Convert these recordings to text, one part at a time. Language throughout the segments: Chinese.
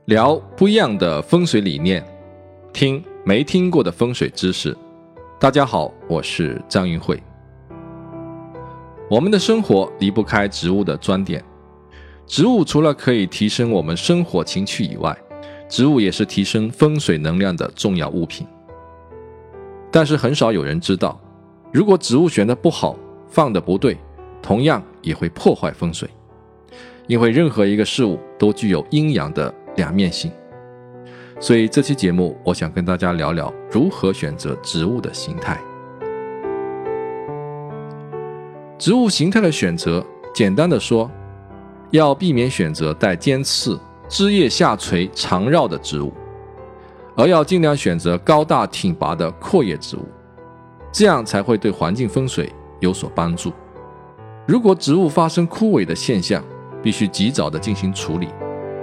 聊不一样的风水理念，听没听过的风水知识。大家好，我是张云慧。我们的生活离不开植物的装点，植物除了可以提升我们生活情趣以外，植物也是提升风水能量的重要物品。但是很少有人知道，如果植物选得不好，放得不对，同样也会破坏风水。因为任何一个事物都具有阴阳的两面性，所以这期节目我想跟大家聊聊如何选择植物的形态。植物形态的选择，简单的说，要避免选择带尖刺、枝叶下垂缠绕的植物，而要尽量选择高大挺拔的阔叶植物，这样才会对环境风水有所帮助。如果植物发生枯萎的现象，必须及早的进行处理。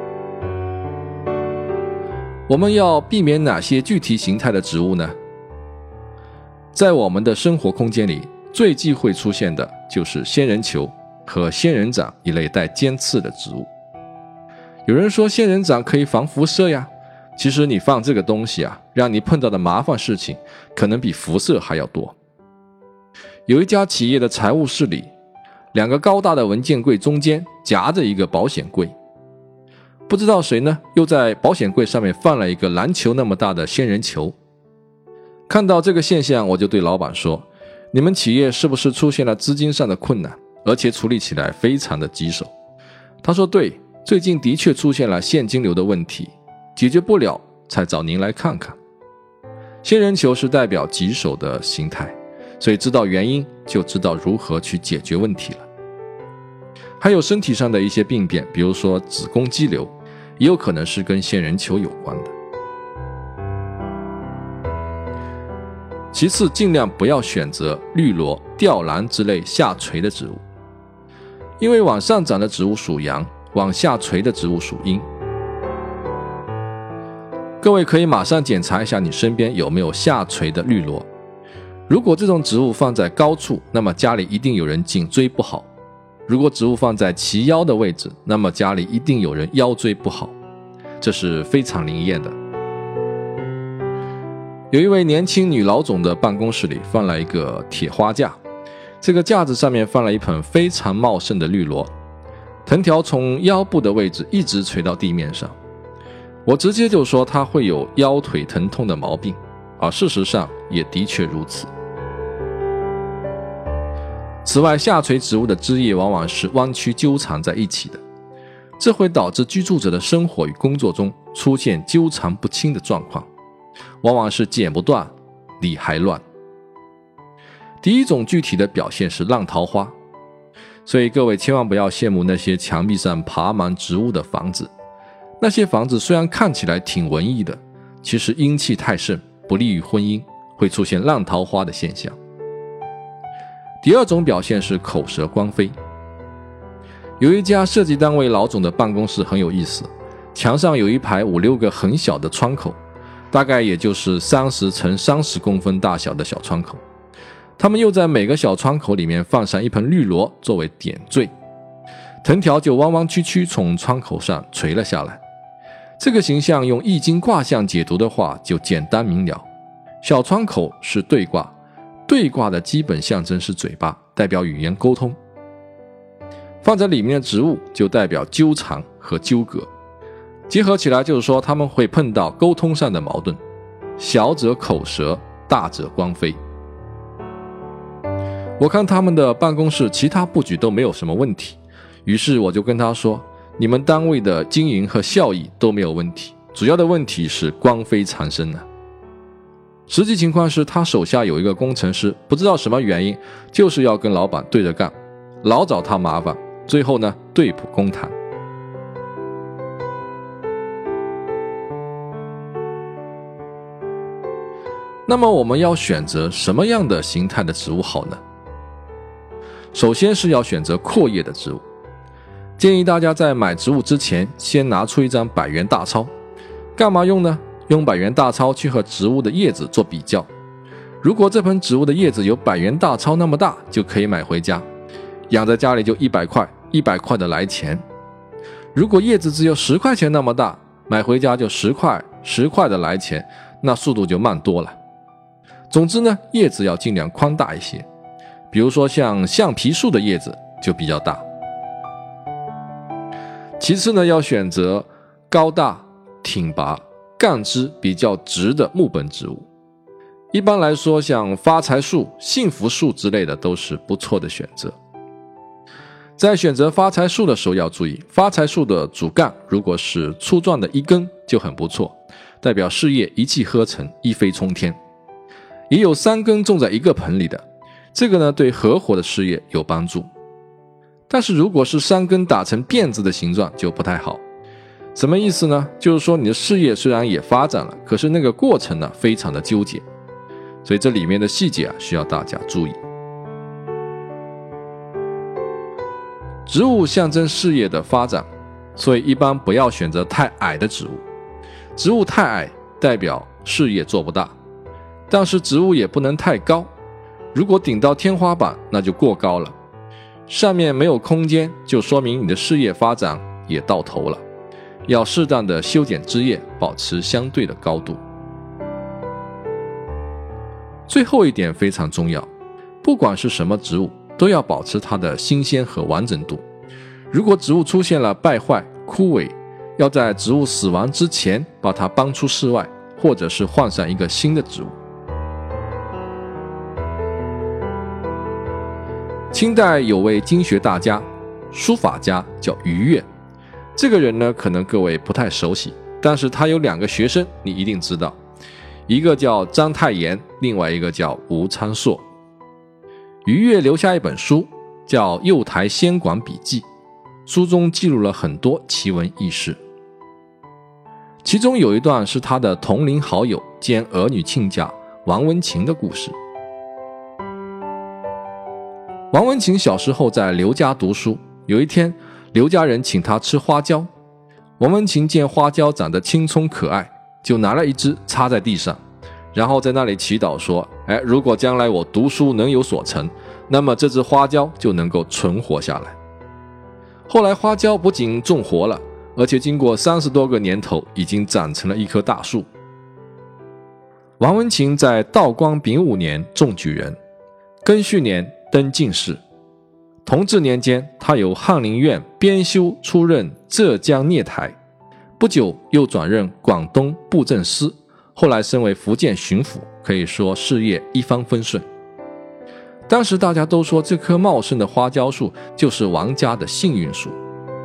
我们要避免哪些具体形态的植物呢？在我们的生活空间里，最忌讳出现的就是仙人球和仙人掌一类带尖刺的植物。有人说仙人掌可以防辐射呀，其实你放这个东西啊，让你碰到的麻烦事情可能比辐射还要多。有一家企业的财务室里，两个高大的文件柜中间夹着一个保险柜，不知道谁呢又在保险柜上面放了一个篮球那么大的仙人球。看到这个现象，我就对老板说，你们企业是不是出现了资金上的困难，而且处理起来非常的棘手？他说对，最近的确出现了现金流的问题，解决不了才找您来看看。仙人球是代表棘手的形态，所以知道原因就知道如何去解决问题了。还有身体上的一些病变，比如说子宫肌瘤，也有可能是跟仙人球有关的。其次，尽量不要选择绿萝、吊兰之类下垂的植物，因为往上长的植物属阳，往下垂的植物属阴。各位可以马上检查一下你身边有没有下垂的绿萝，如果这种植物放在高处，那么家里一定有人颈椎不好；如果植物放在齐腰的位置，那么家里一定有人腰椎不好，这是非常灵验的。有一位年轻女老总的办公室里放了一个铁花架，这个架子上面放了一盆非常茂盛的绿萝，藤条从腰部的位置一直垂到地面上。我直接就说她会有腰腿疼痛的毛病，而事实上也的确如此。此外，下垂植物的枝叶往往是弯曲纠缠在一起的，这会导致居住者的生活与工作中出现纠缠不清的状况，往往是剪不断，理还乱。第一种具体的表现是烂桃花，所以各位千万不要羡慕那些墙壁上爬满植物的房子，那些房子虽然看起来挺文艺的，其实阴气太盛，不利于婚姻，会出现烂桃花的现象。第二种表现是口舌光飞。有一家设计单位老总的办公室很有意思，墙上有一排5-6个很小的窗口，大概也就是30乘30公分大小的小窗口，他们又在每个小窗口里面放上一盆绿萝作为点缀，藤条就弯弯曲曲从窗口上垂了下来。这个形象用易经卦象解读的话就简单明了，小窗口是对卦，对卦的基本象征是嘴巴，代表语言沟通，放在里面的植物就代表纠缠和纠葛，结合起来就是说他们会碰到沟通上的矛盾，小者口舌，大者光飞。我看他们的办公室其他布局都没有什么问题，于是我就跟他说，你们单位的经营和效益都没有问题，主要的问题是光飞缠身啊。实际情况是他手下有一个工程师，不知道什么原因，就是要跟老板对着干，老找他麻烦，最后呢对簿公堂。那么我们要选择什么样的形态的植物好呢？首先是要选择阔叶的植物，建议大家在买植物之前先拿出一张100元大钞，干嘛用呢？用100元大钞去和植物的叶子做比较，如果这盆植物的叶子有100元大钞那么大，就可以买回家，养在家里就100块，100块的来钱。如果叶子只有10块钱那么大， 买回家就10块10块的来钱，那速度就慢多了。总之呢，叶子要尽量宽大一些，比如说像橡皮树的叶子就比较大。其次呢，要选择高大、挺拔、干枝比较直的木本植物。一般来说，像发财树、幸福树之类的都是不错的选择。在选择发财树的时候要注意，发财树的主干如果是粗壮的一根就很不错，代表事业一气呵成，一飞冲天。也有3根种在一个盆里的，这个呢对合伙的事业有帮助。但是如果是3根打成辫子的形状就不太好。什么意思呢？就是说你的事业虽然也发展了，可是那个过程呢非常的纠结，所以这里面的细节需要大家注意。植物象征事业的发展，所以一般不要选择太矮的植物。植物太矮代表事业做不大，但是植物也不能太高，如果顶到天花板那就过高了，上面没有空间，就说明你的事业发展也到头了，要适当的修剪枝叶，保持相对的高度。最后一点非常重要，不管是什么植物，都要保持它的新鲜和完整度。如果植物出现了败坏、枯萎，要在植物死亡之前把它搬出室外，或者是换上一个新的植物。清代有位经学大家、书法家叫余悦，这个人呢可能各位不太熟悉，但是他有2个学生你一定知道，一个叫章太炎，另外一个叫吴昌硕。余悦留下一本书叫《右台仙馆笔记》，书中记录了很多奇闻异事，其中有一段是他的同龄好友兼儿女亲家王文琴的故事。王文琴小时候在刘家读书，有一天刘家人请他吃花椒，王文琴见花椒长得青葱可爱，就拿了一只插在地上，然后在那里祈祷说，如果将来我读书能有所成，那么这只花椒就能够存活下来。后来花椒不仅种活了，而且经过30多个年头已经长成了一棵大树。王文琴在道光丙午年中举人，庚戌年登进士。同治年间，他由翰林院编修出任浙江牒台，不久又转任广东布政司，后来升为福建巡抚，可以说事业一帆风顺。当时大家都说这棵茂盛的花椒树就是王家的幸运树，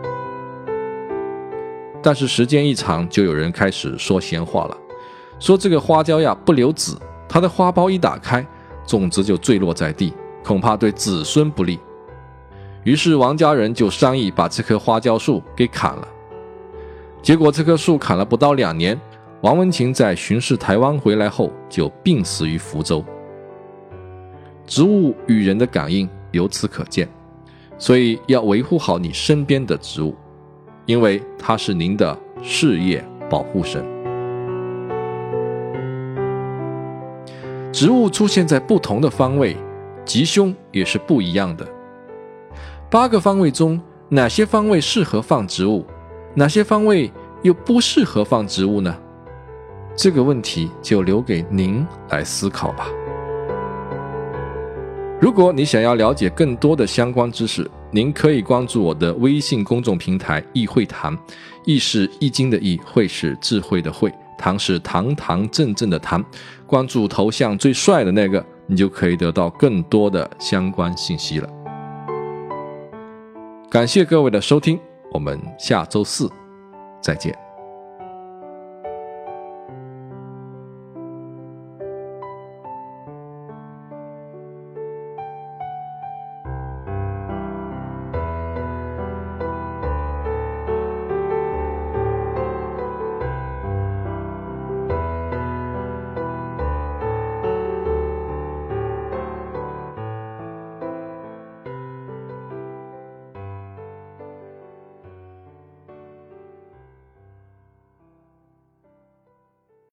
但是时间一长，就有人开始说闲话了，说这个花椒呀不留籽，它的花苞一打开，种子就坠落在地，恐怕对子孙不利。于是王家人就商议把这棵花椒树给砍了。结果这棵树砍了不到2年，王文琴在巡视台湾回来后就病死于福州。植物与人的感应由此可见，所以要维护好你身边的植物，因为它是您的事业保护神。植物出现在不同的方位，吉凶也是不一样的。8个方位中，哪些方位适合放植物，哪些方位又不适合放植物呢？这个问题就留给您来思考吧。如果你想要了解更多的相关知识，您可以关注我的微信公众平台易会谈，易是易经的易，会是智慧的会，堂是堂堂正正的堂。关注头像最帅的那个，你就可以得到更多的相关信息了。感谢各位的收听，我们下周4再见。